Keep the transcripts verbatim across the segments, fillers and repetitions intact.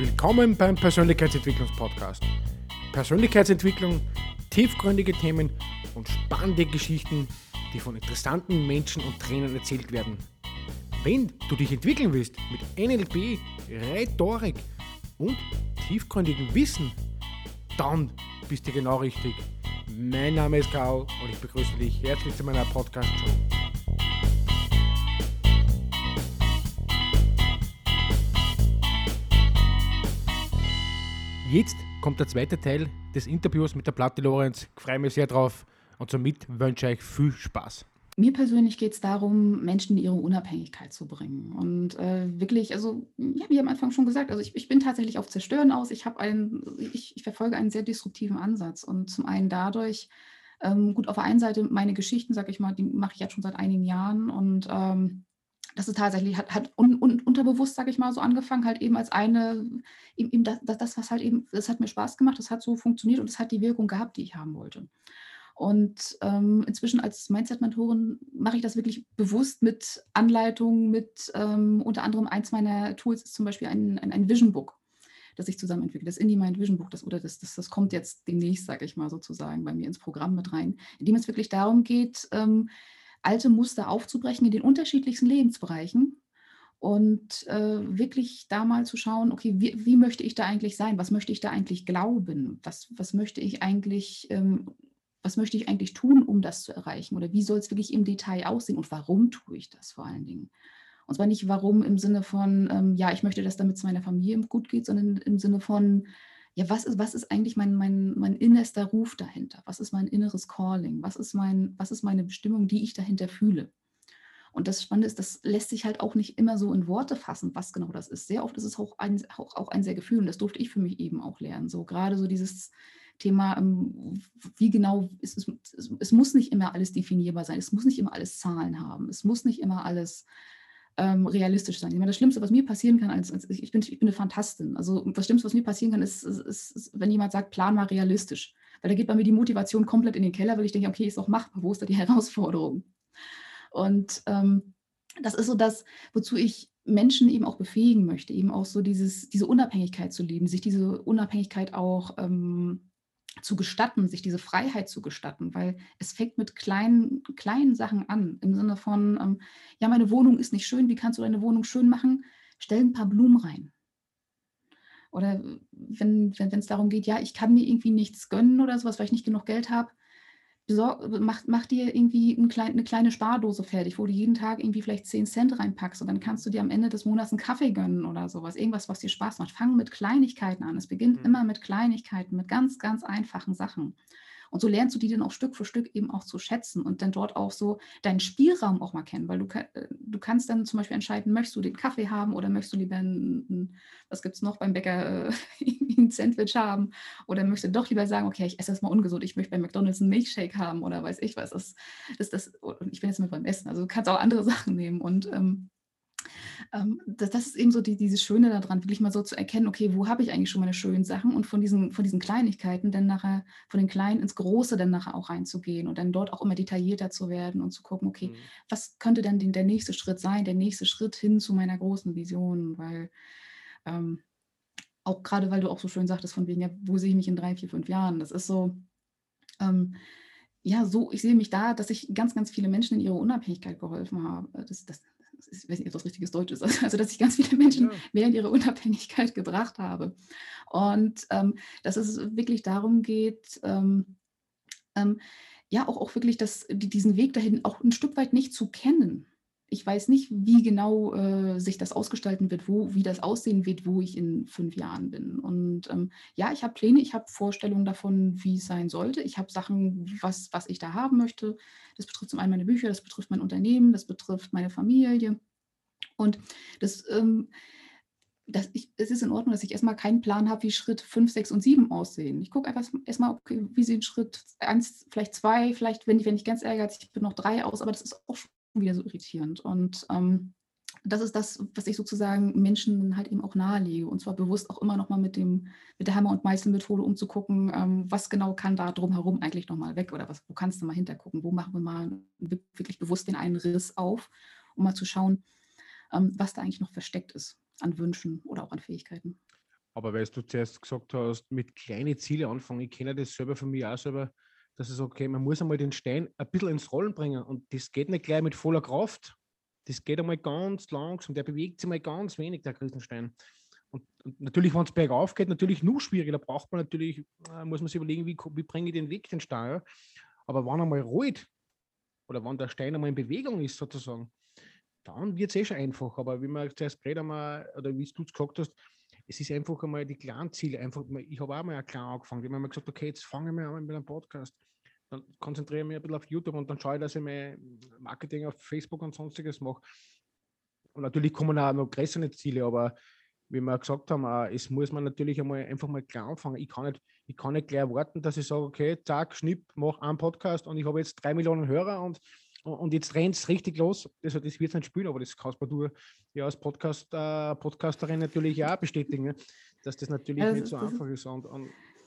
Willkommen beim Persönlichkeitsentwicklungspodcast. Persönlichkeitsentwicklung, tiefgründige Themen und spannende Geschichten, die von interessanten Menschen und Trainern erzählt werden. Wenn du dich entwickeln willst mit N L P, Rhetorik und tiefgründigem Wissen, dann bist du genau richtig. Mein Name ist Karl und ich begrüße dich herzlich zu meiner Podcast-Show. Jetzt kommt der zweite Teil des Interviews mit der Platti Lorenz. Ich freue mich sehr drauf und somit wünsche ich euch viel Spaß. Mir persönlich geht es darum, Menschen in ihre Unabhängigkeit zu bringen. Und äh, wirklich, also, ja, wie am Anfang schon gesagt, also ich, ich bin tatsächlich auf Zerstören aus. Ich habe einen, ich, ich verfolge einen sehr disruptiven Ansatz. Und zum einen dadurch, ähm, gut, auf der einen Seite meine Geschichten, sag ich mal, die mache ich jetzt schon seit einigen Jahren. Und ähm, das ist tatsächlich, hat, hat un, un, unterbewusst, sag ich mal, so angefangen, halt eben als eine, eben, eben das, das, was halt eben, das hat mir Spaß gemacht, das hat so funktioniert und es hat die Wirkung gehabt, die ich haben wollte. Und ähm, inzwischen als Mindset-Mentorin mache ich das wirklich bewusst mit Anleitungen, mit ähm, unter anderem eins meiner Tools ist zum Beispiel ein, ein, ein Vision Book, das ich zusammen entwickle. Das Indie Mind Vision Book, das, oder das, das, das kommt jetzt demnächst, sage ich mal sozusagen, bei mir ins Programm mit rein, in dem es wirklich darum geht, ähm, alte Muster aufzubrechen in den unterschiedlichsten Lebensbereichen und äh, wirklich da mal zu schauen, okay, wie, wie möchte ich da eigentlich sein? Was möchte ich da eigentlich glauben? Was, was möchte ich eigentlich, ähm, was möchte ich eigentlich tun, um das zu erreichen? Oder wie soll es wirklich im Detail aussehen und warum tue ich das vor allen Dingen? Und zwar nicht warum im Sinne von, ähm, ja, ich möchte, dass damit es meiner Familie gut geht, sondern im Sinne von, ja, was ist, was ist eigentlich mein, mein, mein innerster Ruf dahinter? Was ist mein inneres Calling? Was ist, mein, was ist meine Bestimmung, die ich dahinter fühle? Und das Spannende ist, das lässt sich halt auch nicht immer so in Worte fassen, was genau das ist. Sehr oft ist es auch ein, auch, auch ein sehr Gefühl und das durfte ich für mich eben auch lernen. So gerade so dieses Thema, ähm, wie genau, es, es, es, es muss nicht immer alles definierbar sein, es muss nicht immer alles Zahlen haben, es muss nicht immer alles ähm, realistisch sein. Ich meine, das Schlimmste, was mir passieren kann, als, als ich, bin, ich bin eine Fantastin. Also das Schlimmste, was mir passieren kann, ist, ist, ist, ist, wenn jemand sagt, plan mal realistisch. Weil da geht bei mir die Motivation komplett in den Keller, weil ich denke, okay, ist auch machbar, wo ist da die Herausforderung? Und ähm, das ist so das, wozu ich Menschen eben auch befähigen möchte, eben auch so dieses, diese Unabhängigkeit zu leben, sich diese Unabhängigkeit auch ähm, zu gestatten, sich diese Freiheit zu gestatten, weil es fängt mit kleinen, kleinen Sachen an, im Sinne von, ähm, ja, meine Wohnung ist nicht schön, wie kannst du deine Wohnung schön machen? Stell ein paar Blumen rein. Oder wenn wenn es darum geht, ja, ich kann mir irgendwie nichts gönnen oder sowas, weil ich nicht genug Geld habe, Besor mach, mach dir irgendwie ein klein, eine kleine Spardose fertig, wo du jeden Tag irgendwie vielleicht zehn Cent reinpackst und dann kannst du dir am Ende des Monats einen Kaffee gönnen oder sowas. Irgendwas, was dir Spaß macht. Fang mit Kleinigkeiten an. Es beginnt immer mit Kleinigkeiten, mit ganz, ganz einfachen Sachen. Und so lernst du die dann auch Stück für Stück eben auch zu schätzen und dann dort auch so deinen Spielraum auch mal kennen, weil du, äh, du kannst dann zum Beispiel entscheiden, möchtest du den Kaffee haben oder möchtest du lieber ein, ein was gibt es noch beim Bäcker, äh, ein Sandwich haben oder möchtest du doch lieber sagen, okay, ich esse das mal ungesund, ich möchte bei McDonald's einen Milkshake haben oder weiß ich was. Das, das, das, ich bin jetzt mit beim Essen, also du kannst auch andere Sachen nehmen und ähm, ähm, das, das ist eben so die, dieses Schöne daran, wirklich mal so zu erkennen, okay, wo habe ich eigentlich schon meine schönen Sachen und von diesen, von diesen Kleinigkeiten dann nachher, von den Kleinen ins Große dann nachher auch reinzugehen und dann dort auch immer detaillierter zu werden und zu gucken, okay, mhm. was könnte denn den, der nächste Schritt sein, der nächste Schritt hin zu meiner großen Vision, weil ähm, auch gerade, weil du auch so schön sagtest, von wegen, ja, wo sehe ich mich in drei, vier, fünf Jahren, das ist so, ähm, ja, so, ich sehe mich da, dass ich ganz, ganz viele Menschen in ihre Unabhängigkeit geholfen habe. Das, das, das ist, ich weiß nicht, ob das richtiges Deutsch ist. Also, dass ich ganz viele Menschen ja. mehr in ihre Unabhängigkeit gebracht habe. Und ähm, dass es wirklich darum geht, ähm, ähm, ja, auch, auch wirklich das, diesen Weg dahin auch ein Stück weit nicht zu kennen. Ich weiß nicht, wie genau äh, sich das ausgestalten wird, wo, wie das aussehen wird, wo ich in fünf Jahren bin. Und ähm, ja, ich habe Pläne, ich habe Vorstellungen davon, wie es sein sollte. Ich habe Sachen, was, was ich da haben möchte. Das betrifft zum einen meine Bücher, das betrifft mein Unternehmen, das betrifft meine Familie. Und das, ähm, das ich, es ist in Ordnung, dass ich erstmal keinen Plan habe, wie Schritt fünf, sechs und sieben aussehen. Ich gucke einfach erstmal, okay, wie sehen Schritt eins, vielleicht zwei, vielleicht, wenn ich, wenn ich ganz ehrgeizig bin, noch drei aus, aber das ist auch schon wieder so irritierend. Und ähm, das ist das, was ich sozusagen Menschen halt eben auch nahelege. Und zwar bewusst auch immer nochmal mit dem, mit der Hammer- und Meißel-Methode, um zu gucken, ähm, was genau kann da drumherum eigentlich nochmal weg oder was, wo kannst du mal hintergucken, wo machen wir mal wirklich bewusst den einen Riss auf, um mal zu schauen, ähm, was da eigentlich noch versteckt ist an Wünschen oder auch an Fähigkeiten. Aber weil du zuerst gesagt hast, mit kleinen Zielen anfangen, ich kenne das selber von mir auch selber, dass es okay, man muss einmal den Stein ein bisschen ins Rollen bringen und das geht nicht gleich mit voller Kraft. Das geht einmal ganz langsam, der bewegt sich mal ganz wenig, der Riesenstein. Und, und natürlich, wenn es bergauf geht, natürlich nur schwieriger. Da braucht man natürlich, äh, muss man sich überlegen, wie, wie bringe ich den Weg, den Stein. Ja? Aber wenn er mal rollt oder wenn der Stein einmal in Bewegung ist, sozusagen, dann wird es eh schon einfach. Aber wie wir zuerst geredet haben, oder wie du es gesagt hast, es ist einfach einmal die kleinen Ziele. Einfach, ich habe auch mal ein klein angefangen. Ich habe mir gesagt, okay, jetzt fange ich mal an mit einem Podcast. Dann konzentriere ich mich ein bisschen auf YouTube und dann schaue ich, dass ich mein Marketing auf Facebook und sonstiges mache. Und natürlich kommen auch noch größere Ziele, aber wie wir gesagt haben, es muss man natürlich einmal einfach mal klein anfangen. Ich kann nicht, ich kann nicht gleich warten, dass ich sage, okay, zack, schnipp, mach einen Podcast und ich habe jetzt drei Millionen Hörer und, und jetzt rennt es richtig los. Also das wird es nicht spielen, aber das kannst du ja als Podcast, äh, Podcasterin natürlich auch bestätigen, dass das natürlich Ja, das nicht so ist, das einfach ist, ist. Und, und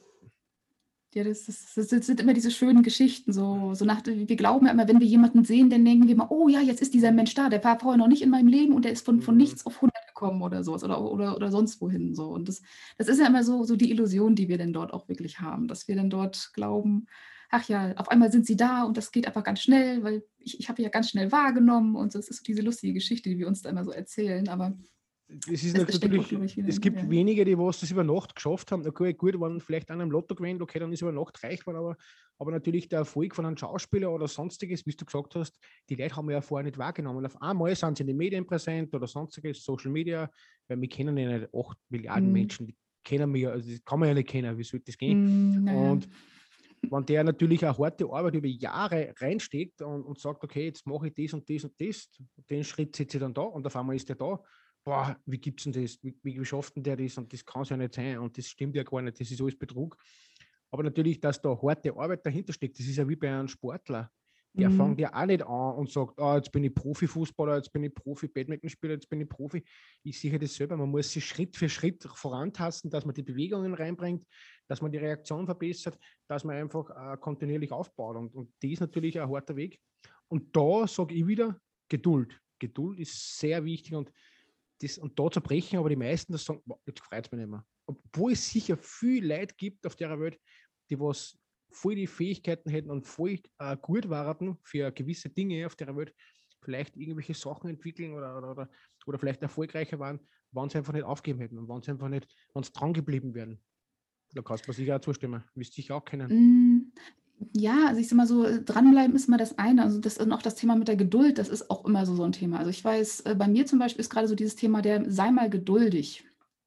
ja, das, das, das sind immer diese schönen Geschichten. So, so nach, wir glauben ja immer, wenn wir jemanden sehen, dann denken wir immer, oh ja, jetzt ist dieser Mensch da, der war vorher noch nicht in meinem Leben und der ist von, von mh, nichts auf hundert gekommen oder sowas oder, oder, oder sonst wohin. So. Und das, das ist ja immer so, so die Illusion, die wir dann dort auch wirklich haben, dass wir dann dort glauben, ach ja, auf einmal sind sie da und das geht einfach ganz schnell, weil ich, ich habe ja ganz schnell wahrgenommen und so, das ist so diese lustige Geschichte, die wir uns da immer so erzählen. Aber es ist es, es steckt auch, natürlich, glaube ich, wieder. es gibt Ja. wenige, die was das über Nacht geschafft haben. Okay, gut, wenn vielleicht einer im Lotto gewinnt, okay, dann ist über Nacht reich geworden, aber, aber natürlich der Erfolg von einem Schauspieler oder sonstiges, wie du gesagt hast, die Leute haben wir ja vorher nicht wahrgenommen. Und auf einmal sind sie in den Medien präsent oder sonstiges, Social Media, weil wir kennen ja nicht acht Milliarden Hm. Menschen, die kennen wir ja, also das kann man ja nicht kennen, wie sollte das gehen? Hm, naja. Und wenn der natürlich eine harte Arbeit über Jahre reinsteckt und, und sagt, okay, jetzt mache ich das und das und das, den Schritt setze ich dann da und auf einmal ist der da. Boah, wie gibt es denn das? Wie, wie schafft denn der das? Und das kann es ja nicht sein und das stimmt ja gar nicht, das ist alles Betrug. Aber natürlich, dass da harte Arbeit dahinter steckt, das ist ja wie bei einem Sportler. Der Hm. fängt ja auch nicht an und sagt, ah, jetzt bin ich Profifußballer, jetzt bin ich Profi-Badmintonspieler, jetzt bin ich Profi. Ich sehe das selber, man muss sich Schritt für Schritt vorantasten, dass man die Bewegungen reinbringt, dass man die Reaktion verbessert, dass man einfach äh, kontinuierlich aufbaut. Und, und das ist natürlich ein harter Weg. Und da sage ich wieder, Geduld. Geduld ist sehr wichtig und, das, und da zerbrechen aber die meisten, das sagen, boah, jetzt freut es mich nicht mehr. Obwohl es sicher viel Leute gibt auf der Welt, die was voll die Fähigkeiten hätten und voll äh, gut waren für gewisse Dinge auf der Welt, vielleicht irgendwelche Sachen entwickeln oder, oder, oder, oder vielleicht erfolgreicher waren, wenn sie einfach nicht aufgeben hätten und wenn sie einfach nicht, wenn sie dran geblieben wären. Da kannst du mir sicher auch zustimmen. Wirst du sicher auch kennen. Hm, ja, also ich sage mal so, äh, dranbleiben ist immer das eine. Also das und auch das Thema mit der Geduld, das ist auch immer so, so ein Thema. Also ich weiß, äh, bei mir zum Beispiel ist gerade so dieses Thema der sei mal geduldig.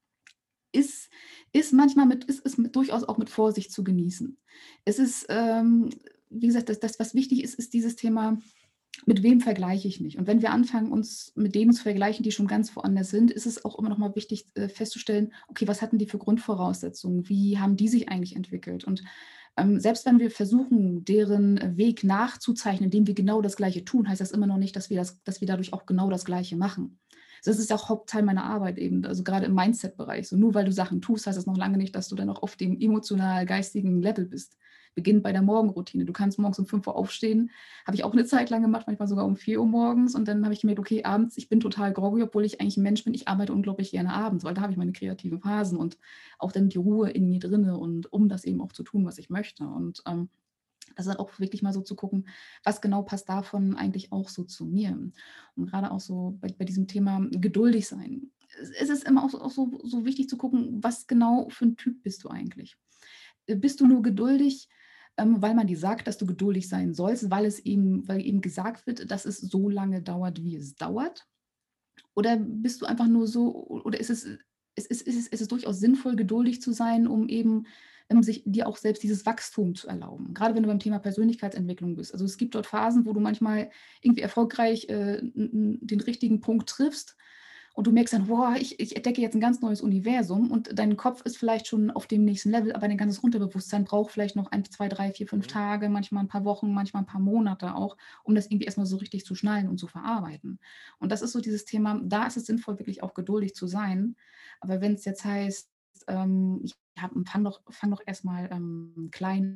Ist, ist manchmal mit, ist, ist mit, durchaus auch mit Vorsicht zu genießen. Es ist, ähm, wie gesagt, das, das, was wichtig ist, ist dieses Thema, mit wem vergleiche ich mich? Und wenn wir anfangen, uns mit denen zu vergleichen, die schon ganz woanders sind, ist es auch immer noch mal wichtig äh, festzustellen, okay, was hatten die für Grundvoraussetzungen? Wie haben die sich eigentlich entwickelt? Und ähm, selbst wenn wir versuchen, deren Weg nachzuzeichnen, indem wir genau das Gleiche tun, heißt das immer noch nicht, dass wir, das, dass wir dadurch auch genau das Gleiche machen. Das ist auch Hauptteil meiner Arbeit eben, also gerade im Mindset-Bereich. So nur weil du Sachen tust, heißt das noch lange nicht, dass du dann auch auf dem emotional-geistigen Level bist. Beginnt bei der Morgenroutine. Du kannst morgens um fünf Uhr aufstehen, habe ich auch eine Zeit lang gemacht, manchmal sogar um vier Uhr morgens. Und dann habe ich gemerkt, okay, abends, ich bin total groggy, obwohl ich eigentlich ein Mensch bin. Ich arbeite unglaublich gerne abends, weil da habe ich meine kreativen Phasen und auch dann die Ruhe in mir drinne und um das eben auch zu tun, was ich möchte. Und ähm, also auch wirklich mal so zu gucken, was genau passt davon eigentlich auch so zu mir. Und gerade auch so bei, bei diesem Thema geduldig sein. Es ist immer auch, so, auch so, so wichtig zu gucken, was genau für ein Typ bist du eigentlich. Äh, Bist du nur geduldig, ähm, weil man dir sagt, dass du geduldig sein sollst, weil es eben, weil eben gesagt wird, dass es so lange dauert, wie es dauert? Oder bist du einfach nur so, oder ist es, ist, ist, ist, es- ist es durchaus sinnvoll, geduldig zu sein, um eben ähm, sich dir auch selbst dieses Wachstum zu erlauben? Gerade wenn du beim Thema Persönlichkeitsentwicklung bist. Also es gibt dort Phasen, wo du manchmal irgendwie erfolgreich äh, n- n- den richtigen Punkt triffst und du merkst dann, boah, ich, ich entdecke jetzt ein ganz neues Universum und dein Kopf ist vielleicht schon auf dem nächsten Level, aber dein ganzes Unterbewusstsein braucht vielleicht noch ein, zwei, drei, vier, fünf Mhm. Tage, manchmal ein paar Wochen, manchmal ein paar Monate auch, um das irgendwie erstmal so richtig zu schnallen und zu verarbeiten. Und das ist so dieses Thema, da ist es sinnvoll, wirklich auch geduldig zu sein. Aber wenn es jetzt heißt, ähm, ich fang doch, fang doch erstmal ähm, klein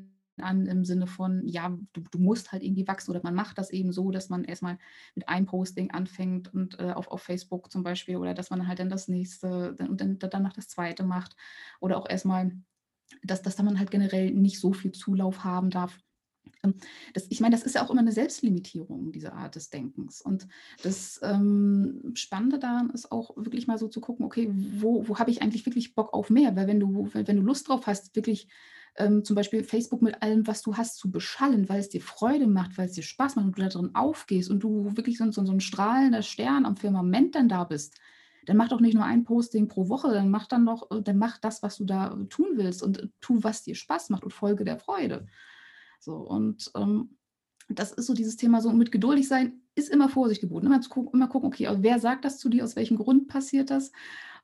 an im Sinne von, ja, du, du musst halt irgendwie wachsen oder man macht das eben so, dass man erstmal mit einem Posting anfängt und äh, auf, auf Facebook zum Beispiel oder dass man halt dann das nächste dann, und dann danach das zweite macht oder auch erstmal, dass, dass da man halt generell nicht so viel Zulauf haben darf. Ähm, Das, ich meine, das ist ja auch immer eine Selbstlimitierung, diese Art des Denkens. Und das ähm, Spannende daran ist auch wirklich mal so zu gucken, okay, wo, wo habe ich eigentlich wirklich Bock auf mehr? Weil wenn du, wenn, wenn du Lust drauf hast, wirklich ähm, zum Beispiel Facebook mit allem, was du hast, zu beschallen, weil es dir Freude macht, weil es dir Spaß macht und du da drin aufgehst und du wirklich so, so, so ein strahlender Stern am Firmament dann da bist, dann mach doch nicht nur ein Posting pro Woche, dann mach dann doch, äh, dann mach das, was du da tun willst und äh, tu, was dir Spaß macht und folge der Freude. So, und ähm, das ist so dieses Thema, so mit geduldig sein, ist immer Vorsicht geboten. Immer, zu gucken, immer gucken, okay, also wer sagt das zu dir, aus welchem Grund passiert das?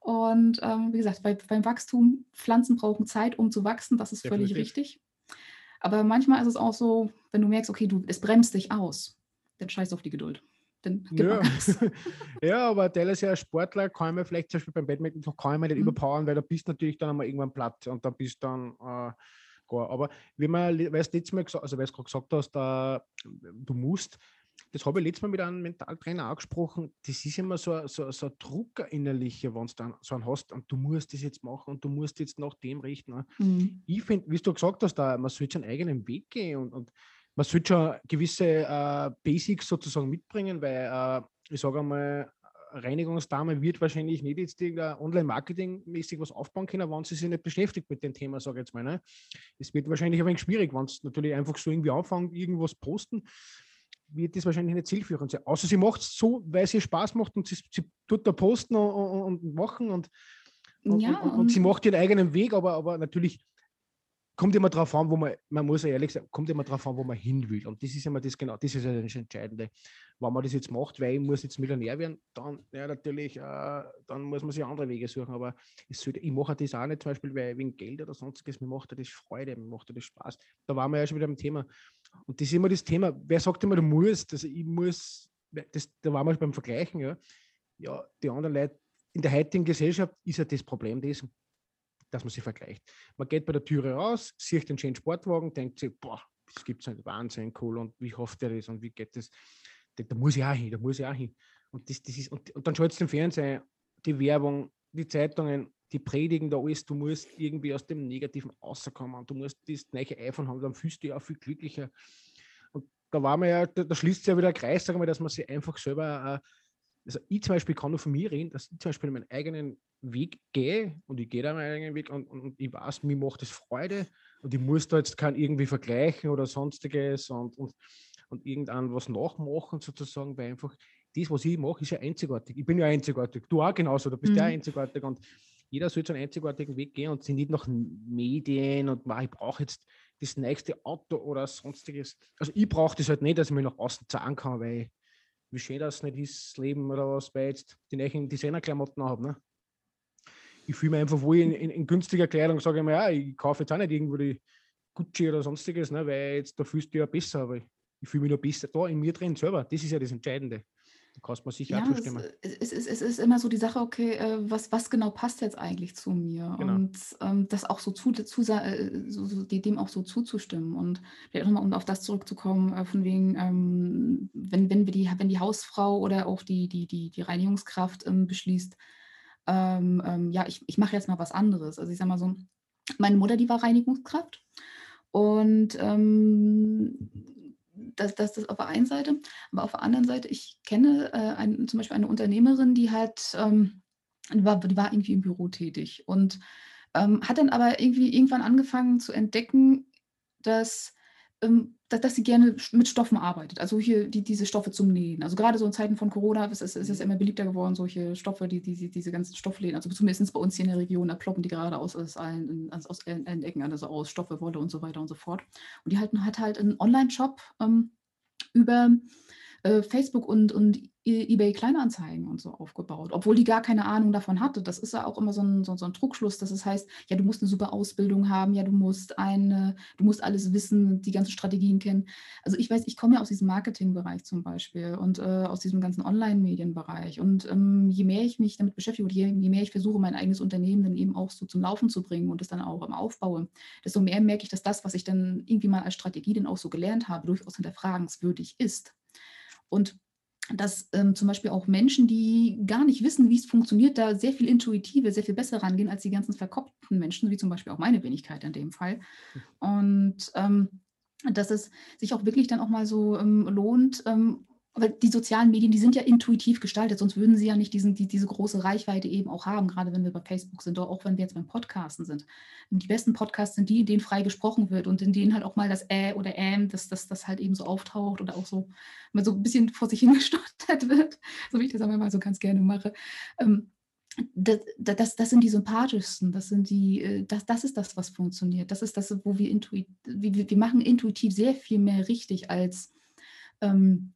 Und ähm, wie gesagt, bei, beim Wachstum, Pflanzen brauchen Zeit, um zu wachsen, das ist völlig Definitiv. richtig. Aber manchmal ist es auch so, wenn du merkst, okay, du, es bremst dich aus, dann scheiß auf die Geduld. Dann gib mal Ja. Gas. Ja, aber Teil ist ja ein Sportler, kann man vielleicht zum Beispiel beim Badminton kann ich mal nicht Mhm. überpowern, weil da bist du natürlich dann einmal irgendwann platt und dann bist du dann äh, gar. Aber wie man, weil es letztes Mal gesagt, also weil du gerade gesagt hast, da, du musst, das habe ich letztes Mal mit einem Mentaltrainer angesprochen, das ist immer so, ein- so, so ein Druck innerlicher, wenn du dann so einen hast und du musst das jetzt machen und du musst jetzt nach dem richten. Ne? Mhm. Ich finde, wie du gesagt hast, da, man sollte seinen eigenen Weg gehen und, und man sollte schon gewisse äh, Basics sozusagen mitbringen, weil äh, ich sage einmal, Reinigungsdame wird wahrscheinlich nicht jetzt Online-Marketing-mäßig was aufbauen können, wenn sie sich nicht beschäftigt mit dem Thema, sage ich jetzt mal. Ne? Es wird wahrscheinlich ein wenig schwierig, wenn es natürlich einfach so irgendwie anfangen, irgendwas posten, wird das wahrscheinlich nicht zielführend sein. Außer sie macht es so, weil sie Spaß macht und sie, sie tut da posten und, und, und machen und, und, Ja, und, und sie und macht ihren eigenen Weg, aber, aber natürlich kommt immer drauf an, wo man, man muss ja ehrlich sagen, kommt immer drauf an, wo man hin will. Und das ist immer das genau, das ist ja das Entscheidende. Wenn man das jetzt macht, weil ich muss jetzt Millionär werden, dann ja natürlich, äh, dann muss man sich andere Wege suchen. Aber es sollte, ich mache das auch nicht zum Beispiel, weil wegen Geld oder sonstiges, mir macht das Freude, mir macht das Spaß. Da waren wir ja schon wieder am Thema. Und das ist immer das Thema, wer sagt immer, du musst, also ich muss, das, da waren wir beim Vergleichen, ja. Ja, die anderen Leute, in der heutigen Gesellschaft ist ja das Problem das, dass man sich vergleicht. Man geht bei der Türe raus, sieht den schönen Sportwagen, denkt sich, boah, das gibt es nicht, Wahnsinn, cool, und wie hofft der das und wie geht das? Da, da muss ich auch hin, da muss ich auch hin. Und, das, das ist, und, und dann schaltest du den Fernseher, die Werbung, die Zeitungen, die predigen da alles, du musst irgendwie aus dem Negativen rauskommen, du musst das neue iPhone haben, dann fühlst du dich auch viel glücklicher. Und da war man ja, da, da schließt sich ja wieder ein Kreis, sagen wir, dass man sich einfach selber, äh, also ich zum Beispiel kann nur von mir reden, dass ich zum Beispiel meinen eigenen Weg gehe und ich gehe da meinen eigenen Weg und, und, und ich weiß, mir macht es Freude und ich muss da jetzt keinen irgendwie vergleichen oder sonstiges und, und, und irgendwann was nachmachen sozusagen, weil einfach das, was ich mache, ist ja einzigartig. Ich bin ja einzigartig, du auch genauso, du bist ja mhm. einzigartig und jeder soll so einen einzigartigen Weg gehen und sich nicht nach Medien und ich brauche jetzt das nächste Auto oder sonstiges. Also ich brauche das halt nicht, dass ich mich nach außen zeigen kann, weil ich, wie schön das nicht ist, das Leben oder was, weil ich jetzt die neuen Designerklamotten habe. Ne? Ich fühle mich einfach wohl in, in, in günstiger Kleidung, sage ich mal, ja, ich kaufe jetzt auch nicht irgendwo die Gucci oder sonstiges, ne, weil jetzt da fühlst du ja besser, aber ich, ich fühle mich nur besser da in mir drin selber. Das ist ja das Entscheidende. Da kannst du mir sicher auch Ja, es, zustimmen. es, es, es ist immer so die Sache, okay, äh, was, was genau passt jetzt eigentlich zu mir? Genau. Und ähm, das auch so zu, zu äh, so, so, dem auch so zuzustimmen. Und vielleicht nochmal, um auf das zurückzukommen, äh, von wegen, ähm, wenn, wenn wir die, wenn die Hausfrau oder auch die, die, die, die Reinigungskraft ähm, beschließt, ähm, ähm, ja, ich, ich mache jetzt mal was anderes. Also ich sage mal so, meine Mutter, die war Reinigungskraft. Und ähm, das, das ist auf der einen Seite. Aber auf der anderen Seite, ich kenne äh, ein, zum Beispiel eine Unternehmerin, die hat, ähm, die war, die war irgendwie im Büro tätig und ähm, hat dann aber irgendwie irgendwann angefangen zu entdecken, dass, ähm, dass, dass sie gerne mit Stoffen arbeitet. Also hier die, diese Stoffe zum Nähen. Also gerade so in Zeiten von Corona ist es, ist es immer beliebter geworden, solche Stoffe, die, die, diese ganzen Stoffläden, also zumindest bei uns hier in der Region, da ploppen die gerade aus, aus, allen, aus allen Ecken, also aus Stoffe, Wolle und so weiter und so fort. Und die halt, hat halt einen Online-Shop ähm, über äh, Facebook und und E eBay Kleinanzeigen und so aufgebaut, obwohl die gar keine Ahnung davon hatte. Das ist ja auch immer so 'n so so 'n Trugschluss, dass es heißt: „Ja, du musst 'ne super Ausbildung haben, ja, du musst eine du musst alles wissen, die ganzen Strategien kennen.“ Also, ich weiß, ich komme ja aus diesem Marketingbereich zum Beispiel und, äh, aus diesem ganzen Online-Medienbereich und, ähm, je mehr ich mich damit beschäftige und je je mehr ich versuche, mein eigenes Unternehmen dann eben auch so zum Laufen zu bringen und es dann auch, ähm, aufbaue, desto mehr merke ich, dass das, was ich dann irgendwie mal als Strategie dann auch so gelernt habe, durchaus hinterfragenswürdig ist. Und dass, ähm, zum Beispiel auch Menschen, die gar nicht wissen, wie es funktioniert, da sehr viel intuitiver, sehr viel besser rangehen als die ganzen verkopften Menschen, wie zum Beispiel auch meine Wenigkeit in dem Fall. Und, ähm, dass es sich auch wirklich dann auch mal so, ähm, lohnt, ähm aber die sozialen Medien, die sind ja intuitiv gestaltet, sonst würden sie ja nicht diesen die diese große Reichweite eben auch haben, grade wenn wir bei Facebook sind oder auch wenn wir jetzt beim Podcasten sind. Und die besten Podcasts sind die, in denen frei gesprochen wird und in denen halt auch mal das Äh oder Ähm, das das das halt eben so auftaucht oder auch so mal so 'n bisschen vor sich hingestottert wird, so wie ich das auch immer so ganz gerne mache. Ähm, d d das das sind die sympathischsten, das sind die äh, das das ist das, was funktioniert. Das ist das, wo wir intui wir wir wir machen intuitiv sehr viel mehr richtig als, ähm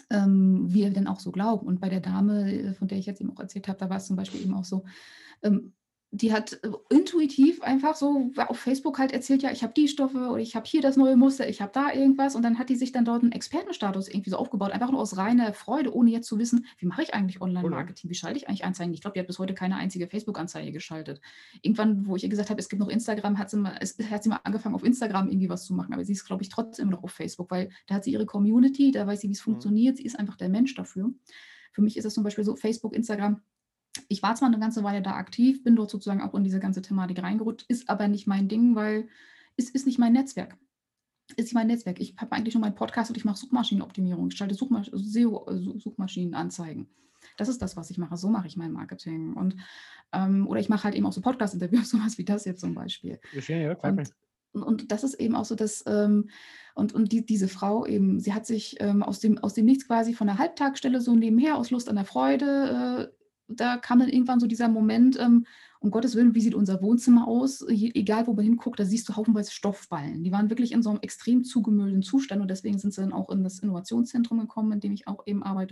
ähm, wir denn auch so glauben. Und bei der Dame, äh, von der ich jetzt eben auch erzählt habe, da war es zum Beispiel eben auch so, ähm, die hat, äh, intuitiv einfach so auf Facebook halt erzählt: „Ja, ich habe die Stoffe oder ich habe hier das neue Muster, ich habe da irgendwas.“ Und dann hat die sich dann dort 'n Expertenstatus irgendwie so aufgebaut, einfach nur aus reiner Freude, ohne jetzt zu wissen: „Wie mache ich eigentlich Cool, ja. Online-Marketing? Wie schalte ich eigentlich Anzeigen?“ Ich glaube, die hat bis heute keine einzige Facebook-Anzeige geschaltet. Irgendwann, wo ich ihr gesagt habe, es gibt noch Instagram, hat sie mal es hat sie mal angefangen, auf Instagram irgendwie was zu machen, aber sie ist, glaube ich, trotzdem immer noch auf Facebook, weil da hat sie ihre Community, da weiß sie, wie's Mhm. funktioniert. Sie ist einfach der Mensch dafür. Für mich ist das zum Beispiel so, Facebook, Instagram ich war zwar 'ne ganze Weile da aktiv, bin dort sozusagen auch in diese ganze Thematik reingerutscht, ist aber nicht mein Ding, weil es ist nicht mein Netzwerk. Ist nicht mein Netzwerk. Ich habe eigentlich nur meinen Podcast und ich mache Suchmaschinenoptimierung. Ich schalte Suchmasch S E O, äh, Su Suchmaschinenanzeigen. Das ist das, was ich mache. So mache ich mein Marketing und, ähm oder ich mache halt eben auch so Podcast-Interviews, so was wie das jetzt zum Beispiel. Ja, schön, ja, gefällt mir. Und und das ist eben auch so, dass, ähm und und die diese Frau eben, sie hat sich, ähm, aus dem aus dem Nichts quasi von 'ner Halbtagsstelle so nebenher aus Lust an der Freude, äh da kam dann irgendwann so dieser Moment, ähm: „Um Gottes Willen, wie sieht unser Wohnzimmer aus?“ Je egal, wo man hinguckt, da siehst du haufenweise Stoffballen. Die waren wirklich in so 'nem extrem zugemüllten Zustand und deswegen sind sie dann auch in das Innovationszentrum gekommen, in dem ich auch eben arbeite.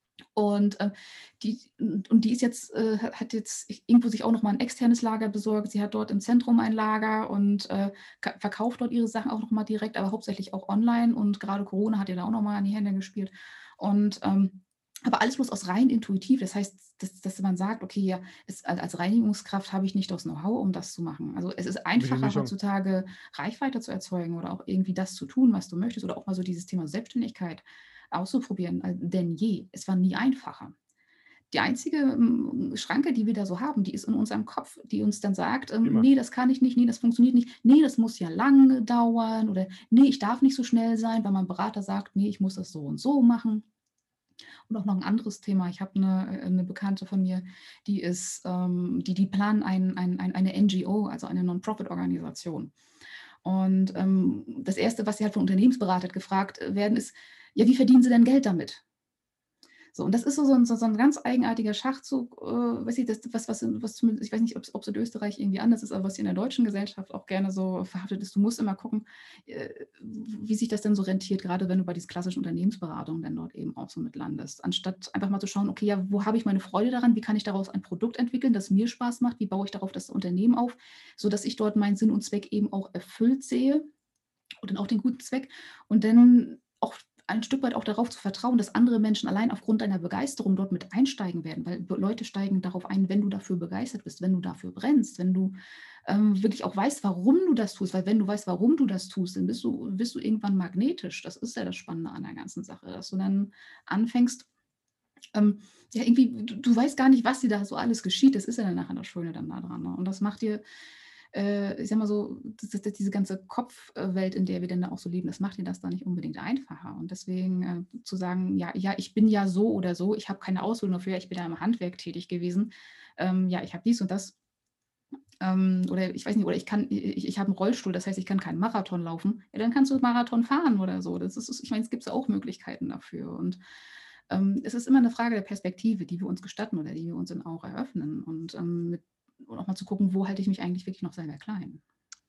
Und, äh, die und und die ist jetzt äh, ha hat jetzt irgendwo sich auch noch mal 'n externes Lager besorgt. Sie hat dort im Zentrum ein Lager und, äh, ka verkauft dort ihre Sachen auch noch mal direkt, aber hauptsächlich auch online und grade Corona hat ihr da auch noch mal in die Hände gespielt. Und, ähm aber alles bloß aus rein intuitiv. Das heißt, dass dass man sagt: „Okay, ja, es al als Reinigungskraft habe ich nicht das Know-how, um das zu machen.“ Also, es ist Würde ich nicht einfacher sagen. heutzutage, Reichweite zu erzeugen oder auch irgendwie das zu tun, was du möchtest oder auch mal so dieses Thema Selbstständigkeit auszuprobieren, al denn je. Es war nie einfacher. Die einzige, hm, Schranke, die wir da so haben, die ist in unserem Kopf, die uns dann sagt, ähm: Immer. „Ne, das kann ich nicht. Ne, das funktioniert nicht. Ne, das muss ja lange dauern.“ Oder: „Ne, ich darf nicht so schnell sein“, weil mein Berater sagt: „Ne, ich muss das so und so machen.“ Und auch noch 'n anderes Thema. Ich habe 'ne äh, 'ne Bekannte von mir, die ist, ähm die die planen ein ein ein eine NGO, also eine Non-Profit-Organisation. Und, ähm, das Erste, was sie halt von Unternehmensberater gefragt, äh, werden, ist: „Ja, wie verdienen Sie denn Geld damit?“ So, und das ist so so 'n so so 'n ganz eigenartiger Schachzug, äh, weiß ich, das was was was zumindest ich weiß nicht, ob's ob's in Österreich irgendwie anders ist, aber was hier in der deutschen Gesellschaft auch gerne so verhaftet ist. Du musst immer gucken, äh, wie sich das denn so rentiert, grade wenn du bei diesen klassischen Unternehmensberatungen dann dort eben auch so mit landest. Anstatt einfach mal zu schauen: „Okay, ja, wo habe ich meine Freude daran? Wie kann ich daraus ein Produkt entwickeln, das mir Spaß macht? Wie baue ich darauf das Unternehmen auf, sodass ich dort meinen Sinn und Zweck eben auch erfüllt sehe und dann auch den guten Zweck?“ Und dann auch ein Stück weit auch darauf zu vertrauen, dass andere Menschen allein aufgrund deiner Begeisterung dort mit einsteigen werden, weil b Leute steigen darauf ein, wenn du dafür begeistert bist, wenn du dafür brennst, wenn du, ähm, wirklich auch weißt, warum du das tust. Weil wenn du weißt, warum du das tust, dann bist du bist du irgendwann magnetisch. Das ist ja das Spannende an der ganzen Sache, dass du dann anfängst, ähm, ja, irgendwie du du weißt gar nicht, was dir da so alles geschieht. Das ist ja dann nachher das Schöne dann da dran, ne? Und das macht dir, äh, ich sage mal so, d d diese ganze Kopf äh, Welt, in der wir denn da auch so leben, das macht dir das da nicht unbedingt einfacher. Und deswegen, äh, zu sagen: „Ja, ja, ich bin ja so oder so, ich habe keine Ausbildung dafür, ich bin ja im Handwerk tätig gewesen. Ähm, ja, ich habe dies und das.“ Ähm, oder ich weiß nicht, oder ich kann i ich ich habe 'n Rollstuhl, das heißt, ich kann keinen Marathon laufen. Ja, dann kannst du Marathon fahren oder so. Das ist es ich meine, es gibt ja auch Möglichkeiten dafür. Und, ähm, es ist immer 'ne Frage der Perspektive, die wir uns gestatten oder die wir uns dann auch eröffnen und, ähm, mit und auch mal zu gucken, wo halte ich mich eigentlich wirklich noch selber klein.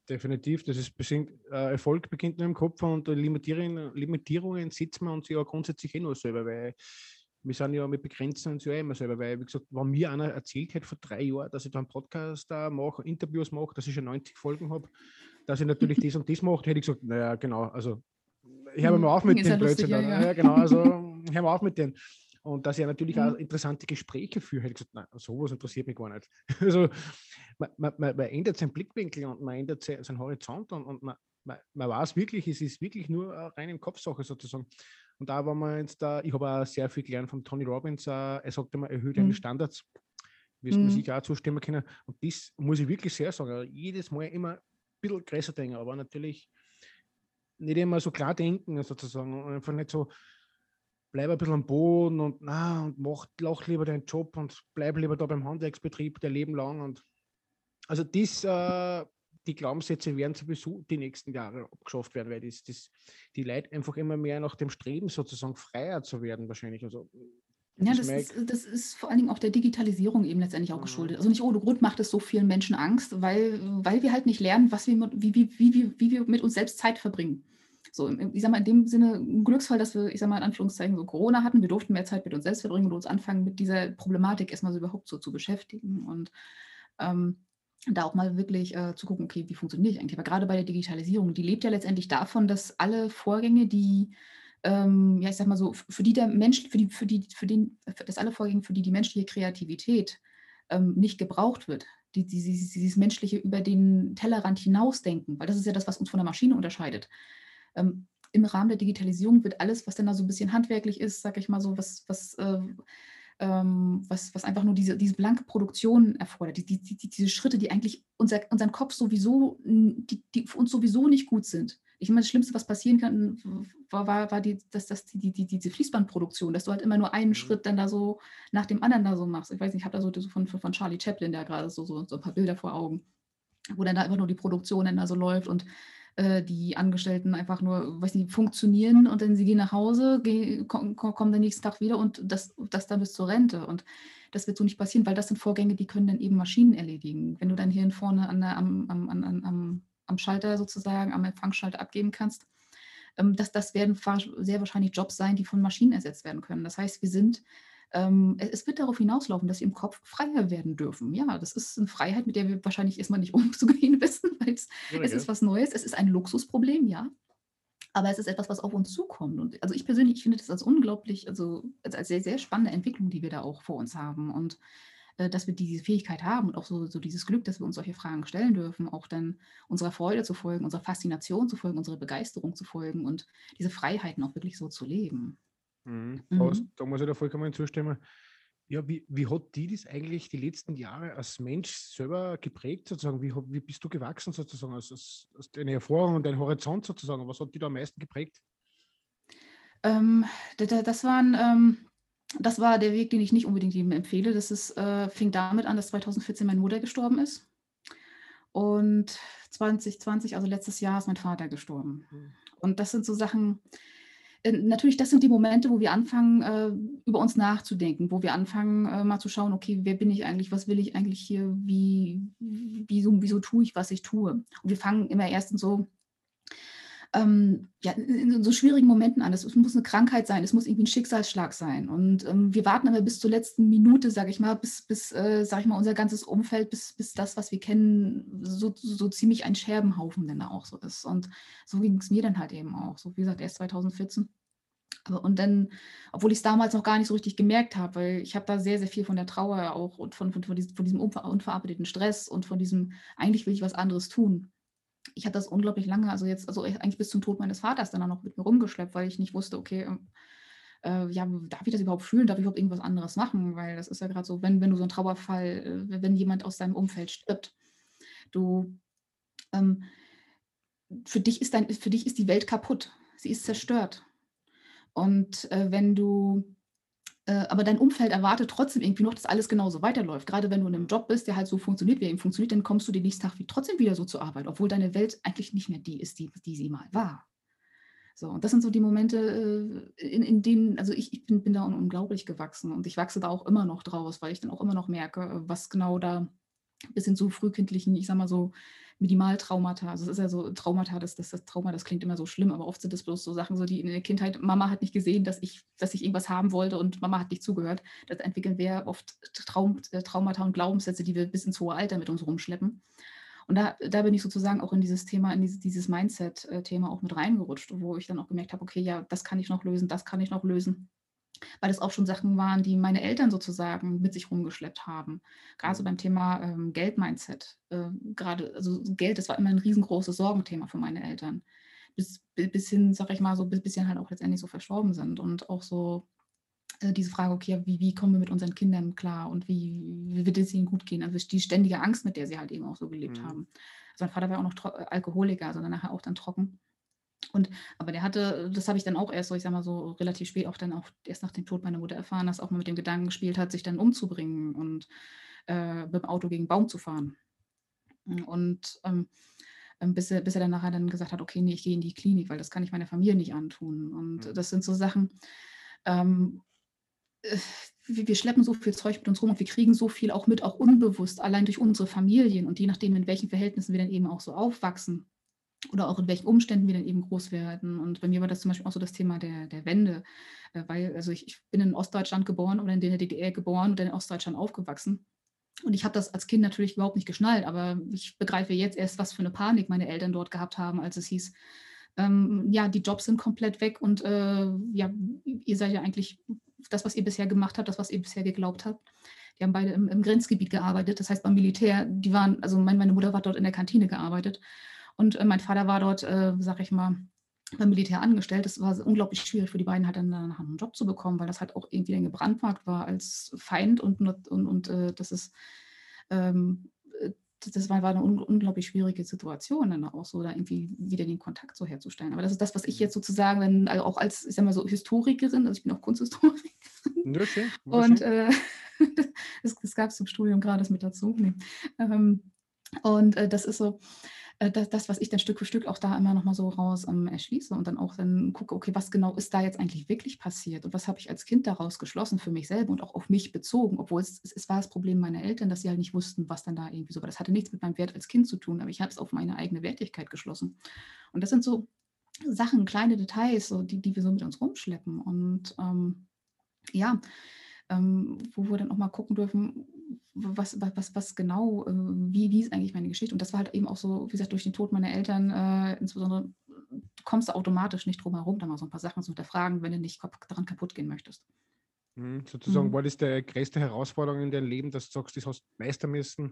definitiv. Das ist bestimmt, äh, Erfolg beginnt nur im Kopf und Limitierungen, Limitierungen sieht man uns ja grundsätzlich eh nur selber, weil wir sind ja mit Begrenzen uns ja eh immer selber, weil, wie gesagt, wenn mir einer erzählt hätte vor drei Jahren, dass ich da einen Podcast äh, mache, Interviews mache, dass ich schon neunzig Folgen habe, dass ich natürlich das und das mache, hätte ich gesagt, naja, genau, also ich habe mal Hm, auf mit ist ja dem lustig, Blödsinn ja, da. ja. Ja, genau, also hören wir auf mit dem. Und dass ich natürlich auch Mhm. interessante Gespräche führe, hätte ich gesagt, nein, sowas interessiert mich gar nicht. Also man, man, man man ändert seinen Blickwinkel und man ändert se- seinen Horizont und, und man, man, man weiß wirklich, es ist wirklich nur eine reine Kopfsache sozusagen. Und da war man jetzt da, ich habe auch sehr viel gelernt von Tony Robbins, äh, er sagt immer, erhöhe deine Mhm. Standards, wirst mir Mhm. sicher auch zustimmen können. Und das muss ich wirklich sehr sagen, also jedes Mal immer ein bisschen größer denken, aber natürlich nicht immer so klar denken sozusagen und einfach nicht so, bleib ein bisschen am Boden und, na, und mach, lach lieber deinen Job und bleib lieber da beim Handwerksbetrieb dein Leben lang. Und also das, äh, die Glaubenssätze werden sowieso die nächsten Jahre abgeschafft werden, weil das, das, die Leute einfach immer mehr nach dem Streben sozusagen freier zu werden wahrscheinlich. Also Ja, das das ist, mag. das ist vor allen Dingen auch der Digitalisierung eben letztendlich auch Mhm. geschuldet. Also nicht ohne Grund macht es so vielen Menschen Angst, weil, weil wir halt nicht lernen, was wir, mit- wie, wie, wie, wie, wie wir mit uns selbst Zeit verbringen. So, im- ich sag mal, in dem Sinne ein Glücksfall, dass wir, ich sag mal, in Anführungszeichen so Corona hatten. Wir durften mehr Zeit mit uns selbst verbringen und uns anfangen, mit dieser Problematik erstmal so überhaupt so zu beschäftigen und ähm, da auch mal wirklich äh, zu gucken, okay, wie funktioniere ich eigentlich? Aber gerade bei der Digitalisierung, die lebt ja letztendlich davon, dass alle Vorgänge, die ähm, ja, ich sag mal so, f- für die der Mensch, für die, für die, für den, für das alle Vorgänge, für die die menschliche Kreativität ähm, nicht gebraucht wird. Die, die, dieses, dieses menschliche über den Tellerrand hinausdenken, weil das ist ja das, was uns von der Maschine unterscheidet. Ähm, Im Rahmen der Digitalisierung wird alles, was dann da so ein bisschen handwerklich ist, sag ich mal so, was, was, äh, ähm, was, was einfach nur diese, diese blanke Produktion erfordert, die, die, die, diese Schritte, die eigentlich unser, unseren Kopf sowieso, die, die für uns sowieso nicht gut sind. Ich meine, das Schlimmste, was passieren kann, war, war, war die, dass, dass die, die, die, diese Fließbandproduktion, dass du halt immer nur einen Mhm. Schritt dann da so nach dem anderen da so machst. Ich weiß nicht, ich habe da so das von, von Charlie Chaplin da gerade so, so, so ein paar Bilder vor Augen, wo dann da einfach nur die Produktion dann da so läuft und äh, die Angestellten einfach nur, weiß nicht, funktionieren und dann sie gehen nach Hause, gehen, kommen, kommen den nächsten Tag wieder und das, das dann bis zur Rente. Und das wird so nicht passieren, weil das sind Vorgänge, die können dann eben Maschinen erledigen. Wenn du dann hier vorne an der, am, am, an, am, am Schalter sozusagen, am Empfangsschalter abgeben kannst, ähm, das, das werden sehr wahrscheinlich Jobs sein, die von Maschinen ersetzt werden können. Das heißt, wir sind ähm, es wird darauf hinauslaufen, dass wir im Kopf freier werden dürfen. Ja, das ist eine Freiheit, mit der wir wahrscheinlich erstmal nicht umzugehen wissen, weil es, Schwierig, es ja. ist was Neues, es ist ein Luxusproblem, ja. Aber es ist etwas, was auf uns zukommt. Und also ich persönlich, ich finde das als unglaublich, also als, als sehr, sehr spannende Entwicklung, die wir da auch vor uns haben. Und äh, dass wir diese Fähigkeit haben und auch so, so dieses Glück, dass wir uns solche Fragen stellen dürfen, auch dann unserer Freude zu folgen, unserer Faszination zu folgen, unserer Begeisterung zu folgen und diese Freiheiten auch wirklich so zu leben. Mhm. Da, hast- Mhm. da muss ich dir vollkommen zustimmen. Ja, wie, wie hat die das eigentlich die letzten Jahre als Mensch selber geprägt sozusagen? Wie, hat- wie bist du gewachsen sozusagen aus, aus, aus deiner Erfahrung und deinem Horizont sozusagen? Was hat die da am meisten geprägt? Ähm, da da das waren ähm, das war der Weg, den ich nicht unbedingt jedem empfehle. Das ist äh, fing damit an, dass zwanzig vierzehn meine Mutter gestorben ist und zwanzig zwanzig, also letztes Jahr, ist mein Vater gestorben. Mhm. Und das sind so Sachen äh, natürlich, das sind die Momente, wo wir anfangen, äh, über uns nachzudenken, wo wir anfangen, äh, mal zu schauen: „Okay, wer bin ich eigentlich? Was will ich eigentlich hier? Wie wieso wieso tue ich, was ich tue?“ Und wir fangen immer erst in so ähm, ja, in in so schwierigen Momenten an. Es es muss eine Krankheit sein, es muss irgendwie ein Schicksalsschlag sein. Und, ähm, wir warten aber bis zur letzten Minute, sage ich mal, bis bis, äh, sage ich mal, unser ganzes Umfeld, bis bis das, was wir kennen, so so ziemlich ein Scherbenhaufen dann auch so ist. Und so ging es mir dann halt eben auch. So, wie gesagt, erst zwanzig vierzehn. Aber und dann, obwohl ich es damals noch gar nicht so richtig gemerkt habe, weil ich habe da sehr, sehr viel von der Trauer auch und von von von diesem von diesem unver unverarbeiteten Stress und von diesem: „Eigentlich will ich was anderes tun.“ Ich habe das unglaublich lange, also jetzt, also eigentlich bis zum Tod meines Vaters dann auch noch mit mir rumgeschleppt, weil ich nicht wusste, okay, ähm, äh, ja, darf ich das überhaupt fühlen? Darf ich überhaupt irgendwas anderes machen? Weil das ist ja gerade so, wenn, wenn du so einen Trauerfall, äh, wenn jemand aus deinem Umfeld stirbt, du, ähm, für dich ist dein, für dich ist die Welt kaputt. Sie ist Mhm. zerstört. Und äh, wenn du Äh, aber dein Umfeld erwartet trotzdem irgendwie noch, dass alles genauso weiterläuft. Gerade wenn du in einem Mhm. Job bist, der halt so funktioniert, wie er eben funktioniert, dann kommst du den nächsten Tag wie trotzdem wieder so zur Arbeit, obwohl deine Welt eigentlich nicht mehr die ist, die die sie mal war. So, und das sind so die Momente, äh, in in denen, also ich ich bin bin da un unglaublich gewachsen und ich wachse da auch immer noch draus, weil ich dann auch immer noch merke, äh, was genau da bis hin zu frühkindlichen, ich sage mal so, Minimaltraumata. Also es ist ja so Traumata, das, das, das Trauma, das klingt immer so schlimm, aber oft sind das bloß so Sachen, so die in der Kindheit, Mama hat nicht gesehen, dass ich, dass ich irgendwas haben wollte und Mama hat nicht zugehört. Das entwickeln wir oft Traum, äh, Traumata und Glaubenssätze, die wir bis ins hohe Alter mit uns rumschleppen. Und da, da bin ich sozusagen auch in dieses Thema, in dieses, dieses Mindset-Thema auch mit reingerutscht, wo ich dann auch gemerkt habe, okay, ja, das kann ich noch lösen, das kann ich noch lösen. Weil das auch schon Sachen waren, die meine Eltern sozusagen mit sich rumgeschleppt haben. Gerade so Mhm. beim Thema ähm, Geld-Mindset. Äh, gerade, also Geld, das war immer ein riesengroßes Sorgenthema für meine Eltern. Bis, bis hin, sag ich mal, so bis bisschen halt auch letztendlich so verstorben sind. Und auch so äh, diese Frage, okay, wie, wie kommen wir mit unseren Kindern klar und wie, wie wird es ihnen gut gehen? Also die ständige Angst, mit der sie halt eben auch so gelebt Mhm. haben. Also mein Vater war auch noch tro- Alkoholiker, also dann nachher auch dann trocken. Und aber der hatte, das habe ich dann auch erst so, ich sage mal so relativ spät auch dann auch erst nach dem Tod meiner Mutter erfahren, dass auch mal mit dem Gedanken gespielt hat, sich dann umzubringen und äh, mit dem Auto gegen einen Baum zu fahren. Und ähm, ähm, bis, er, bis er dann nachher dann gesagt hat, okay, nee, ich gehe in die Klinik, weil das kann ich meiner Familie nicht antun. Und Mhm. das sind so Sachen, ähm, äh, wir, wir schleppen so viel Zeug mit uns rum und wir kriegen so viel auch mit, auch unbewusst, allein durch unsere Familien und je nachdem, in welchen Verhältnissen wir dann eben auch so aufwachsen oder auch in welchen Umständen wir dann eben groß werden. Und bei mir war das zum Beispiel auch so das Thema der, der Wende, äh, weil also ich, ich bin in Ostdeutschland geboren oder in der D D R geboren und dann in Ostdeutschland aufgewachsen. Und ich habe das als Kind natürlich überhaupt nicht geschnallt, aber ich begreife jetzt erst, was für eine Panik meine Eltern dort gehabt haben, als es hieß, ähm, ja, die Jobs sind komplett weg und äh, ja, ihr seid ja eigentlich das, was ihr bisher gemacht habt, das, was ihr bisher geglaubt habt. Die haben beide im, im Grenzgebiet gearbeitet, das heißt beim Militär, die waren, also mein, meine Mutter war dort in der Kantine gearbeitet und äh, mein Vater war dort, äh, sag ich mal, beim Militär angestellt. Das war unglaublich schwierig für die beiden, halt dann danach einen Job zu bekommen, weil das halt auch irgendwie dann gebrandmarkt war als Feind und, und, und äh, das ist, ähm, äh, das war, war eine un unglaublich schwierige Situation, dann auch so da irgendwie wieder den Kontakt so herzustellen. Aber das ist das, was ich Mhm. jetzt sozusagen dann also auch als, ich sag mal so, Historikerin, also ich bin auch Kunsthistorikerin Ja, schön, und wunderschön. äh, das, das gab es im Studium gerade das mit dazu. Nee. Ähm, und äh, das ist so, äh, das, das, was ich dann Stück für Stück auch da immer noch mal so raus ähm, erschließe und dann auch dann gucke, okay, was genau ist da jetzt eigentlich wirklich passiert und was habe ich als Kind daraus geschlossen für mich selber und auch auf mich bezogen, obwohl es, es, es war das Problem meiner Eltern, dass sie halt nicht wussten, was dann da irgendwie so war. Das hatte nichts mit meinem Wert als Kind zu tun, aber ich habe es auf meine eigene Wertigkeit geschlossen. Und das sind so Sachen, kleine Details, so, die, die wir so mit uns rumschleppen. Und ähm, ja, ähm, wo wir dann auch mal gucken dürfen, was, was, was genau, äh, wie, wie ist eigentlich meine Geschichte. Und das war halt eben auch so, wie gesagt, durch den Tod meiner Eltern, äh, insbesondere, du kommst da automatisch nicht drum herum, da mal so ein paar Sachen zu hinterfragen, wenn du nicht daran kaputt gehen möchtest. Mhm. Sozusagen Mhm. war das die größte Herausforderung in deinem Leben, dass du sagst, das hast du meistern müssen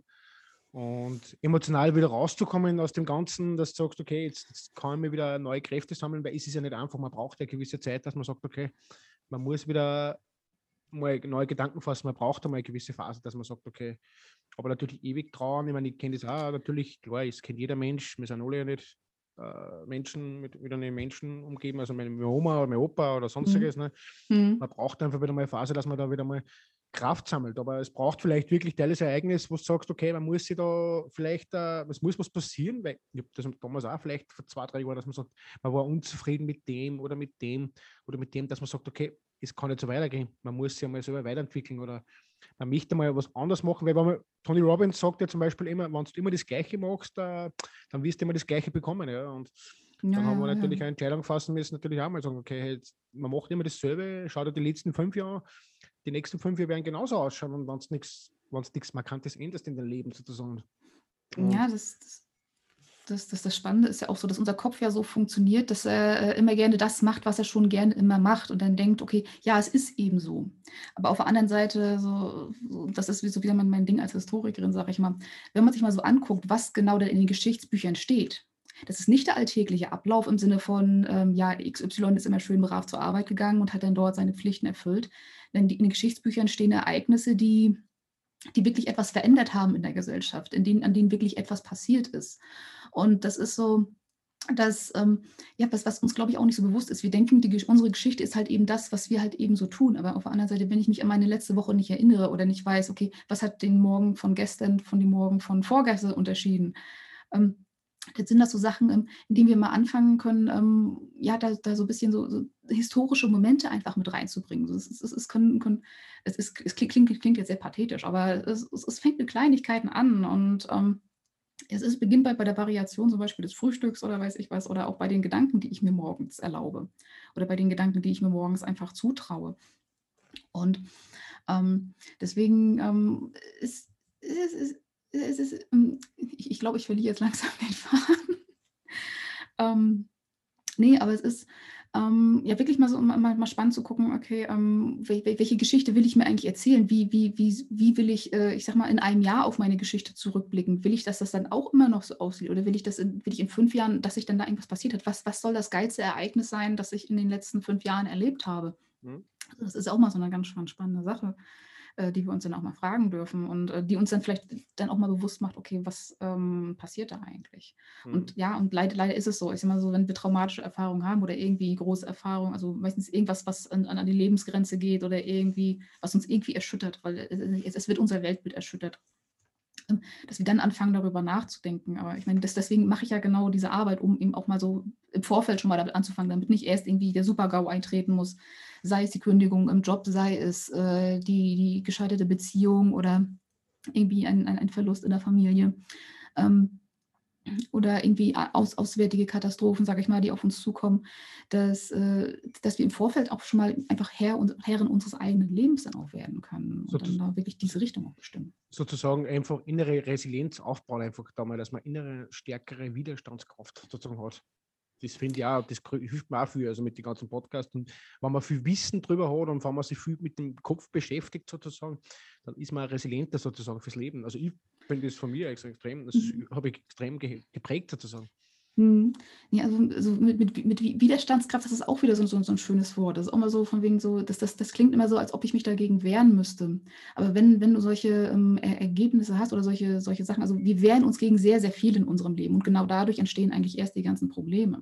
und emotional wieder rauszukommen aus dem Ganzen, dass du sagst, okay, jetzt, jetzt kann ich mir wieder neue Kräfte sammeln, weil es ist ja nicht einfach, man braucht ja eine gewisse Zeit, dass man sagt, okay, man muss wieder mal neue Gedanken fassen, man braucht einmal eine gewisse Phase, dass man sagt, okay, aber natürlich ewig trauern, ich meine, ich kenne das auch, natürlich, klar, es kennt jeder Mensch, wir sind alle ja nicht äh, Menschen mit, mit einem Menschen umgeben, also meine Oma oder mein Opa oder sonstiges, Mhm. ne? Mhm. Man braucht einfach wieder mal eine Phase, dass man da wieder mal Kraft sammelt, aber es braucht vielleicht wirklich teiles Ereignis, wo du sagst, okay, man muss sich da vielleicht, äh, es muss was passieren, weil ich habe das damals auch vielleicht vor zwei, drei Jahren, dass man sagt, man war unzufrieden mit dem oder mit dem oder mit dem, dass man sagt, okay, es kann nicht so weitergehen, man muss sich einmal selber weiterentwickeln oder man möchte mal was anderes machen, weil wenn man, Tony Robbins sagt ja zum Beispiel immer, wenn du immer das Gleiche machst, äh, dann wirst du immer das Gleiche bekommen. Ja? Und Ja, dann haben wir ja, ja. natürlich eine Entscheidung fassen müssen, natürlich auch mal sagen, okay, jetzt, man macht immer dasselbe, schau dir die letzten fünf Jahre, die nächsten fünf Jahre werden genauso ausschauen und wenn es nichts wenn es nichts Markantes änderst in deinem Leben sozusagen. Ja, Und das, das, das, das, das Spannende ist ja auch so, dass unser Kopf ja so funktioniert, dass er äh, immer gerne das macht, was er schon gerne immer macht und dann denkt, okay, ja, es ist eben so. Aber auf der anderen Seite, so, so das ist wie so wieder mein, mein Ding als Historikerin, sage ich mal, wenn man sich mal so anguckt, was genau da in den Geschichtsbüchern steht, das ist nicht der alltägliche Ablauf im Sinne von, ähm, ja, X Y ist immer schön brav zur Arbeit gegangen und hat dann dort seine Pflichten erfüllt. Denn die, in den Geschichtsbüchern stehen Ereignisse, die die wirklich etwas verändert haben in der Gesellschaft, in denen, an denen wirklich etwas passiert ist. Und das ist so, dass, ähm, ja, was, was uns, glaube ich, auch nicht so bewusst ist. Wir denken, die, unsere Geschichte ist halt eben das, was wir halt eben so tun. Aber auf der anderen Seite, wenn ich mich an meine letzte Woche nicht erinnere oder nicht weiß, okay, was hat den Morgen von gestern von dem Morgen von vorgestern unterschieden, ähm, Jetzt sind das so Sachen, ähm, in denen wir mal anfangen können, ähm, ja, da da so 'n bisschen so so historische Momente einfach mit reinzubringen. So, es ist es ist können können es ist es klingt klingt klingt jetzt sehr pathetisch, aber es es es fängt mit Kleinigkeiten an und, ähm, es ist beginnt bei bei der Variation zum Beispiel des Frühstücks oder weiß ich was oder auch bei den Gedanken, die ich mir morgens erlaube oder bei den Gedanken, die ich mir morgens einfach zutraue. Und, ähm, deswegen, ähm, ist es ist es ist, hm ich ich glaube, ich verliere jetzt langsam den Faden. Ähm, ne, aber es ist, ähm, ja wirklich mal so mal mal mal spannend zu gucken, okay, ähm, wel wel welche Geschichte will ich mir eigentlich erzählen? Wie wie wie s wie will ich, äh, ich sage mal, in einem Jahr auf meine Geschichte zurückblicken? Will ich, dass das dann auch immer noch so aussieht oder will ich das in will ich in fünf Jahren, dass sich dann da irgendwas passiert hat? Was was soll das geilste Ereignis sein, das ich in den letzten fünf Jahren erlebt habe? Mhm. Das ist auch mal so 'ne ganz spann spannende Sache, äh, die wir uns dann auch mal fragen dürfen und, äh, die uns dann vielleicht dann auch mal bewusst macht: „Okay, was, ähm, passiert da eigentlich?“ Mhm. Und ja, und leid leider ist es so. Ich sage mal so, wenn wir traumatische Erfahrungen haben oder irgendwie große Erfahrungen, also meistens irgendwas, was an an an die Lebensgrenze geht oder irgendwie was uns irgendwie erschüttert, weil, äh, es es wird unser Weltbild erschüttert. Ähm, dass wir dann anfangen, darüber nachzudenken. Aber ich meine, des deswegen mache ich ja genau diese Arbeit, um eben auch mal so im Vorfeld schon mal damit anzufangen, damit nicht erst irgendwie der Super-GAU eintreten muss, sei es die Kündigung im Job, sei es, äh, die die gescheiterte Beziehung oder irgendwie ein ein ein Verlust in der Familie, ähm, oder irgendwie a aus auswärtige Katastrophen, sage ich mal, die auf uns zukommen, dass äh, dass wir im Vorfeld auch schon mal einfach Herr und Herrin unseres eigenen Lebens dann auch werden können und dann Sozus da wirklich s diese Richtung auch bestimmen. sozusagen einfach innere Resilienz aufbauen einfach da mal, dass man innere, stärkere Widerstandskraft sozusagen hat. Das finde ich auch, das grö hilft mir auch viel, also mit den ganzen Podcasts und wenn man viel Wissen drüber hat und wenn man sich viel mit dem Kopf beschäftigt sozusagen, dann ist man resilienter sozusagen fürs Leben. Also ich finde das von mir ex extrem, das Mhm. habe ich extrem ge geprägt sozusagen. Mhm. Ne, also also mit mit mit Wi Widerstandskraft, das ist auch wieder so so so 'n schönes Wort. Das ist auch immer so von wegen so das das das klingt immer so, als ob ich mich dagegen wehren müsste. Aber wenn wenn du solche, ähm, Er Ergebnisse hast oder solche solche Sachen, also wir wehren uns gegen sehr, sehr viel in unserem Leben und genau dadurch entstehen eigentlich erst die ganzen Probleme.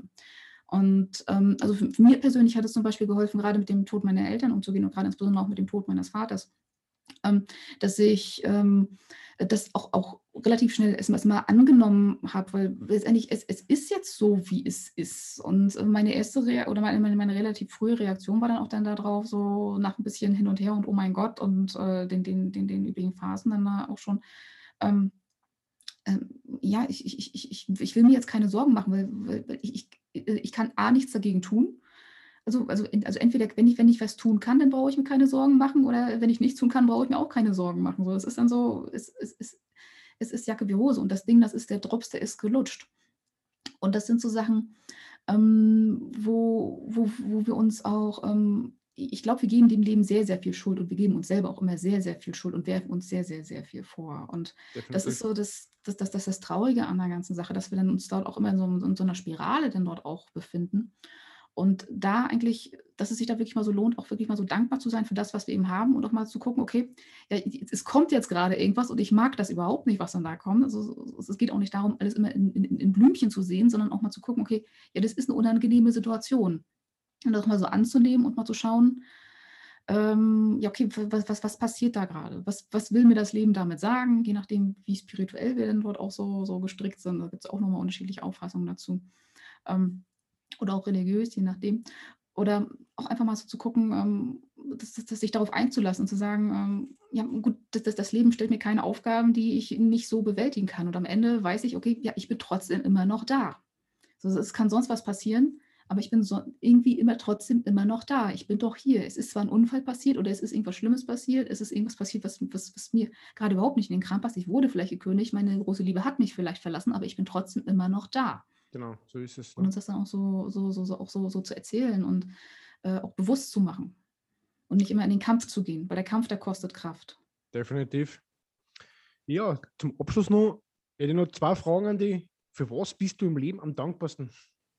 Und, ähm, also für für mir persönlich hat es zum Beispiel geholfen, grade mit dem Tod meiner Eltern umzugehen und grade insbesondere auch mit dem Tod meines Vaters, ähm, dass ich, ähm, das auch auch relativ schnell erst mal erst mal angenommen habe, weil letztendlich es es ist jetzt so, wie es ist. Und, äh, meine erste Rea oder meine meine meine relativ frühe Reaktion war dann auch dann da drauf, so nach 'n bisschen hin und her und „Oh mein Gott“ und, äh, den den den den üblichen Phasen dann da auch schon, ähm, ähm, ja, ich ich ich ich ich ich will mir jetzt keine Sorgen machen, weil weil weil ich ich äh, ich kann A nichts dagegen tun. Also also ent also entweder wenn ich wenn ich was tun kann, dann brauche ich mir keine Sorgen machen oder wenn ich nichts tun kann, brauche ich mir auch keine Sorgen machen. So, es ist dann so, es es es es ist Jacke wie Hose und das Ding, das ist der Drops, der ist gelutscht. Und das sind so Sachen, ähm, wo wo wo wir uns auch, ähm i ich glaube, wir geben dem Leben sehr, sehr viel Schuld und wir geben uns selber auch immer sehr, sehr viel Schuld und werfen uns sehr, sehr, sehr viel vor. Und das ist Definitiv. so das das das das das Traurige an der ganzen Sache, dass wir dann uns dort auch immer in so 'n in so 'ner Spirale dann dort auch befinden. Und da eigentlich dass es sich da wirklich mal so lohnt, auch wirklich mal so dankbar zu sein für das, was wir eben haben und auch mal zu gucken: „Okay, ja, j es kommt jetzt grade irgendwas und ich mag das überhaupt nicht, was dann da kommt.“ Also, so es es geht auch nicht darum, alles immer in in in Blümchen zu sehen, sondern auch mal zu gucken: „Okay, ja, das ist 'ne unangenehme Situation.“ Und das mal so anzunehmen und mal zu schauen, ähm, ja, okay, w was was was passiert da grade? Was was will mir das Leben damit sagen? Je nachdem, wie spirituell wir denn dort auch so so gestrickt sind, da gibt's auch noch mal unterschiedliche Auffassungen dazu. Ähm, oder auch religiös, je nachdem. Oder auch einfach mal so zu gucken, ähm, dass dass dass sich darauf einzulassen und zu sagen, ähm: „Ja, gut, das das das Leben stellt mir keine Aufgaben, die ich nicht so bewältigen kann.“ Und am Ende weiß ich: „Okay, ja, ich bin trotzdem immer noch da.“ So, es kann sonst was passieren, aber ich bin so irgendwie immer trotzdem immer noch da. Ich bin doch hier. Es ist zwar 'n Unfall passiert oder es ist irgendwas Schlimmes passiert. Es ist irgendwas passiert, was was was mir grade überhaupt nicht in den Kram passt. Ich wurde vielleicht gekündigt, meine große Liebe hat mich vielleicht verlassen, aber ich bin trotzdem immer noch da. Genau, so ist es, Und ne? uns das dann auch so so so so auch so so zu erzählen und, äh, auch bewusst zu machen und nicht immer in den Kampf zu gehen, weil der Kampf, der kostet Kraft. Definitiv. Ja, zum Abschluss noch hätte ich noch zwei Fragen an dich. Für was bist du im Leben am dankbarsten?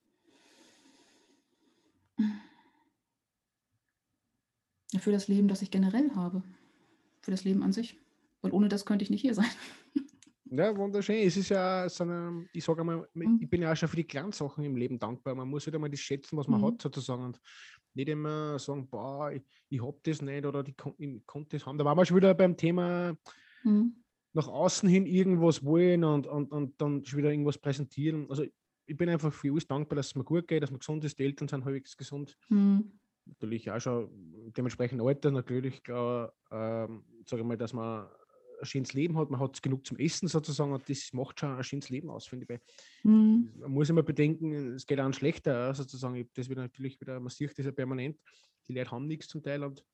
Ja, für das Leben, das ich generell habe. Für das Leben an sich. Weil ohne das könnte ich nicht hier sein. Ja, wunderschön. Es ist ja so 'ne ich sage einmal, ich Mhm. bin ja auch schon für die kleinen Sachen im Leben dankbar. Man muss halt einmal das schätzen, was man Mhm. hat sozusagen und nicht immer sagen: „Boah, ich ich habe das nicht oder die kon ich konnte das haben.“ Da waren wir schon wieder beim Thema Mhm. nach außen hin irgendwas wollen und, und, und dann schon wieder irgendwas präsentieren. Also ich bin einfach für alles dankbar, dass es mir gut geht, dass man gesund ist, die Eltern sind halbwegs gesund. Hm. Natürlich auch schon dementsprechend Alter, natürlich, klar, ähm, sage ich mal, dass man ein schönes Leben hat, man hat genug zum Essen sozusagen und das macht schon ein schönes Leben aus, finde ich. Weil Hm. man muss immer bedenken, es geht auch schlechter sozusagen. Ich, das wird natürlich wieder, man sieht das ja permanent. Die Leute haben nichts zum Teil und,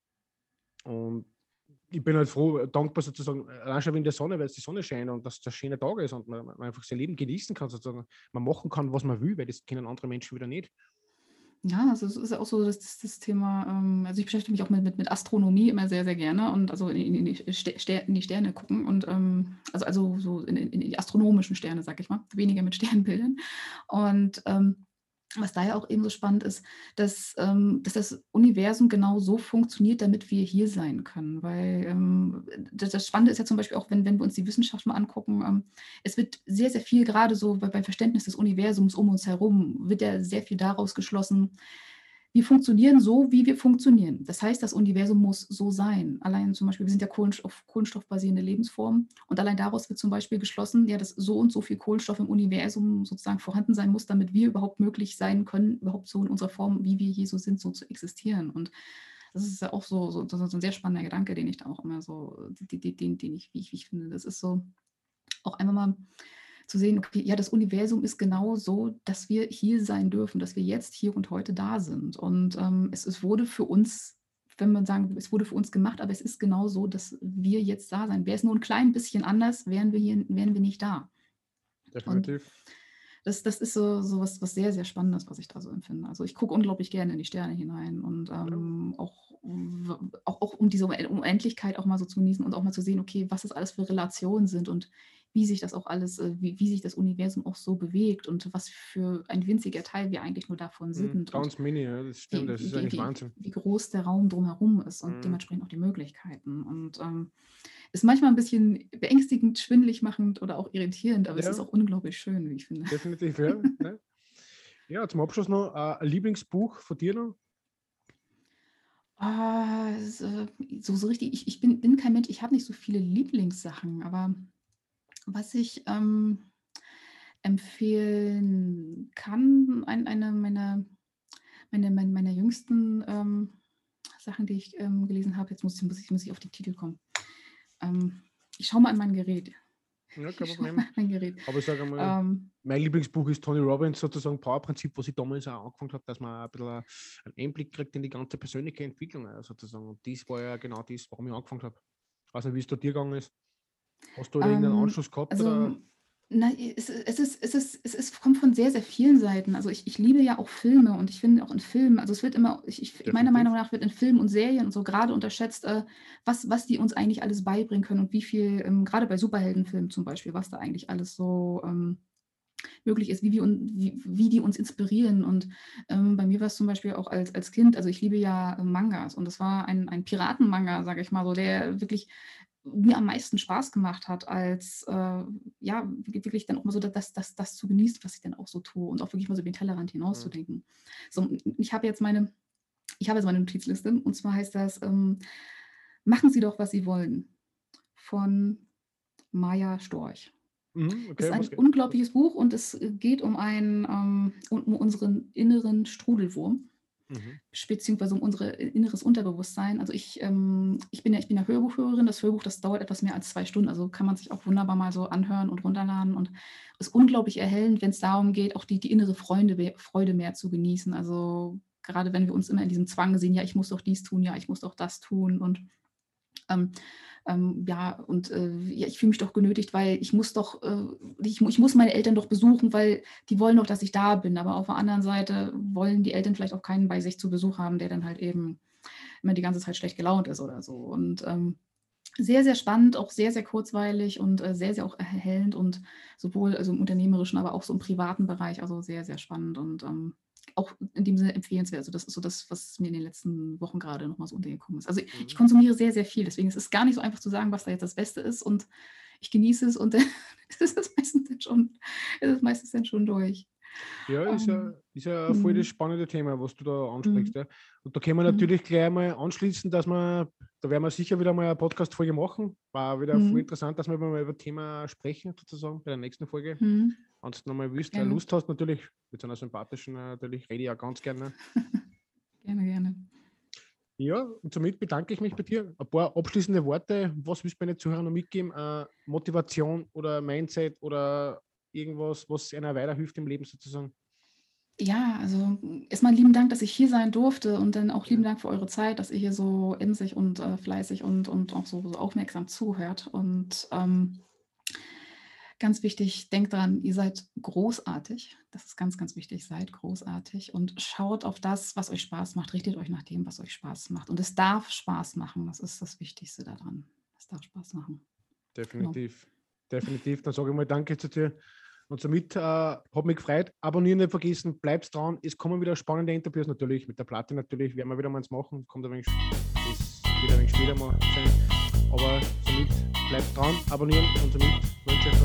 und ich bin halt froh, dankbar sozusagen, allein schon wegen der Sonne, weil es die Sonne scheint und dass das ein schöner Tag ist und man, man einfach sein Leben genießen kann sozusagen. Man machen kann, was man will, weil das können andere Menschen wieder nicht. Ja, also es ist ja auch so das, das, das Thema, ähm, also ich beschäftige mich auch mit, mit, mit Astronomie immer sehr, sehr gerne und also in, in, die, Ster in die Sterne gucken und ähm, also, also so in, in die astronomischen Sterne, sag ich mal, weniger mit Sternbildern. Und ähm, was da ja auch eben so spannend ist, dass, ähm, dass das Universum genau so funktioniert, damit wir hier sein können. Weil ähm, das, das Spannende ist ja zum Beispiel auch, wenn, wenn wir uns die Wissenschaft mal angucken, ähm, es wird sehr, sehr viel, gerade so bei, beim Verständnis des Universums um uns herum, wird ja sehr viel daraus geschlossen, wir funktionieren so, wie wir funktionieren. Das heißt, das Universum muss so sein. Allein zum Beispiel, wir sind ja Kohlenstoff, kohlenstoffbasierende Lebensformen und allein daraus wird zum Beispiel geschlossen, ja, dass so und so viel Kohlenstoff im Universum sozusagen vorhanden sein muss, damit wir überhaupt möglich sein können, überhaupt so in unserer Form, wie wir hier so sind, so zu existieren. Und das ist ja auch so, so, so ein sehr spannender Gedanke, den ich da auch immer so, den, den, den ich, wie ich, wie ich finde, das ist so auch einmal mal zu sehen, okay, ja, das Universum ist genau so, dass wir hier sein dürfen, dass wir jetzt hier und heute da sind. Und ähm, es, es wurde für uns, wenn man sagen, es wurde für uns gemacht, aber es ist genau so, dass wir jetzt da sein. Wäre es nur ein klein bisschen anders, wären wir hier, wären wir nicht da. Definitiv. Und das, das ist so, so was, was sehr, sehr Spannendes, was ich da so empfinde. Also ich gucke unglaublich gerne in die Sterne hinein und ähm, ja. auch, auch, auch um diese Unendlichkeit auch mal so zu genießen und auch mal zu sehen, okay, was das alles für Relationen sind und wie sich das auch alles, wie, wie sich das Universum auch so bewegt und was für ein winziger Teil wir eigentlich nur davon sind. Mhm, ganz mini, ja, das stimmt, wie, das ist wie, eigentlich wie, Wahnsinn. Wie groß der Raum drumherum ist und Mhm. dementsprechend auch die Möglichkeiten. Und ähm, ist manchmal ein bisschen beängstigend, schwindelig machend oder auch irritierend, aber ja. Es ist auch unglaublich schön, wie ich finde. Definitiv, ja. Ne? Ja, zum Abschluss noch äh, ein Lieblingsbuch von dir noch? Ah, so, so richtig, ich, ich bin, bin kein Mensch, ich habe nicht so viele Lieblingssachen, aber was ich ähm, empfehlen kann, ein, eine meiner, meine, meine, meiner jüngsten ähm, Sachen, die ich ähm, gelesen habe, jetzt muss ich, muss, ich, muss ich auf die Titel kommen. Ähm, ich schaue mal an mein Gerät. Ja, kein Ich Problem. mein Gerät. Aber ich sage einmal, ähm, mein Lieblingsbuch ist Tony Robbins, sozusagen Power-Prinzip, was ich damals auch angefangen habe, dass man ein bisschen einen Einblick kriegt in die ganze persönliche Entwicklung sozusagen. Und das war ja genau das, warum ich angefangen habe. Also wie es da dir gegangen ist. Hast du da ähm, irgendeinen Anschluss gehabt? Also, oder? Na, es, es, ist, es, ist, es ist, kommt von sehr, sehr vielen Seiten. Also ich, ich liebe ja auch Filme und ich finde auch in Filmen, also es wird immer, ich, ich, meiner Meinung nach wird in Filmen und Serien und so gerade unterschätzt, äh, was, was die uns eigentlich alles beibringen können und wie viel, ähm, gerade bei Superheldenfilmen zum Beispiel, was da eigentlich alles so ähm, möglich ist, wie, wir, wie, wie die uns inspirieren. Und ähm, bei mir war es zum Beispiel auch als, als Kind, also ich liebe ja äh, Mangas und das war ein, ein Piratenmanga, sage ich mal so, der wirklich mir am meisten Spaß gemacht hat, als äh, ja, wirklich dann auch mal so das, das, das zu genießen, was ich dann auch so tue und auch wirklich mal so über den Tellerrand hinauszudenken. Mhm. So, ich habe jetzt meine, ich habe jetzt meine Notizliste und zwar heißt das, ähm, machen Sie doch, was Sie wollen, von Maya Storch. Mhm, okay, es ist ein unglaubliches Buch und es geht um einen, ähm, um unseren inneren Strudelwurm. Mhm. Beziehungsweise um unser inneres Unterbewusstsein. Also ich, ähm, ich bin ja, ich bin ja Hörbuchhörerin. Das Hörbuch, das dauert etwas mehr als zwei Stunden, also kann man sich auch wunderbar mal so anhören und runterladen und ist unglaublich erhellend, wenn es darum geht, auch die, die innere Freude, Freude mehr zu genießen. Also gerade wenn wir uns immer in diesem Zwang sehen, ja, ich muss doch dies tun, ja, ich muss doch das tun und ähm, ähm, ja, und äh, ja, ich fühle mich doch genötigt, weil ich muss doch, äh, ich, ich muss meine Eltern doch besuchen, weil die wollen doch, dass ich da bin. Aber auf der anderen Seite wollen die Eltern vielleicht auch keinen bei sich zu Besuch haben, der dann halt eben immer die ganze Zeit schlecht gelaunt ist oder so. Und ähm, sehr, sehr spannend, auch sehr, sehr kurzweilig und äh, sehr, sehr auch erhellend und sowohl also im unternehmerischen, aber auch so im privaten Bereich, also sehr, sehr spannend und ähm, auch in dem Sinne empfehlenswert. Also das ist so das, was mir in den letzten Wochen gerade nochmal so untergekommen ist. Also ich, mhm. ich konsumiere sehr, sehr viel, deswegen ist es gar nicht so einfach zu sagen, was da jetzt das Beste ist und ich genieße es und dann ist es meistens dann schon, ist es meistens dann schon durch. Ja, ist ja, Ähm, ist ja ein voll das mhm, spannende Thema, was du da ansprichst. mhm, Ja. Und da können wir mhm, natürlich gleich mal anschließen, dass wir, da werden wir sicher wieder mal eine Podcast-Folge machen. War wieder voll mhm, interessant, dass wir mal über das Thema sprechen, sozusagen, bei der nächsten Folge. mhm. Wenn du nochmal willst, äh, Gerne, Lust hast, natürlich, mit so einer sympathischen, äh, natürlich rede ich auch ganz gerne. gerne, gerne. Ja, und somit bedanke ich mich bei dir. Ein paar abschließende Worte. Was willst du meinen Zuhörern noch mitgeben? Äh, Motivation oder Mindset oder irgendwas, was einer weiterhilft im Leben sozusagen? Ja, also erstmal lieben Dank, dass ich hier sein durfte und dann auch lieben Ja, Dank für eure Zeit, dass ihr hier so emsig und äh, fleißig und, und auch so, so aufmerksam zuhört. Und ähm, ganz wichtig, denkt dran, ihr seid großartig. Das ist ganz, ganz wichtig. Seid großartig und schaut auf das, was euch Spaß macht. Richtet euch nach dem, was euch Spaß macht. Und es darf Spaß machen. Das ist das Wichtigste daran. Es darf Spaß machen. Genau. definitiv. Definitiv. Dann sage ich mal Danke zu dir. Und somit äh, hat mich gefreut. Abonnieren nicht vergessen, bleibt dran. Es kommen wieder spannende Interviews natürlich. Mit der Platte natürlich werden wir wieder mal eins machen. Kommt ein wenig, das wird ein wenig später mal sein. Aber somit bleibt dran, abonnieren und somit wünsche ich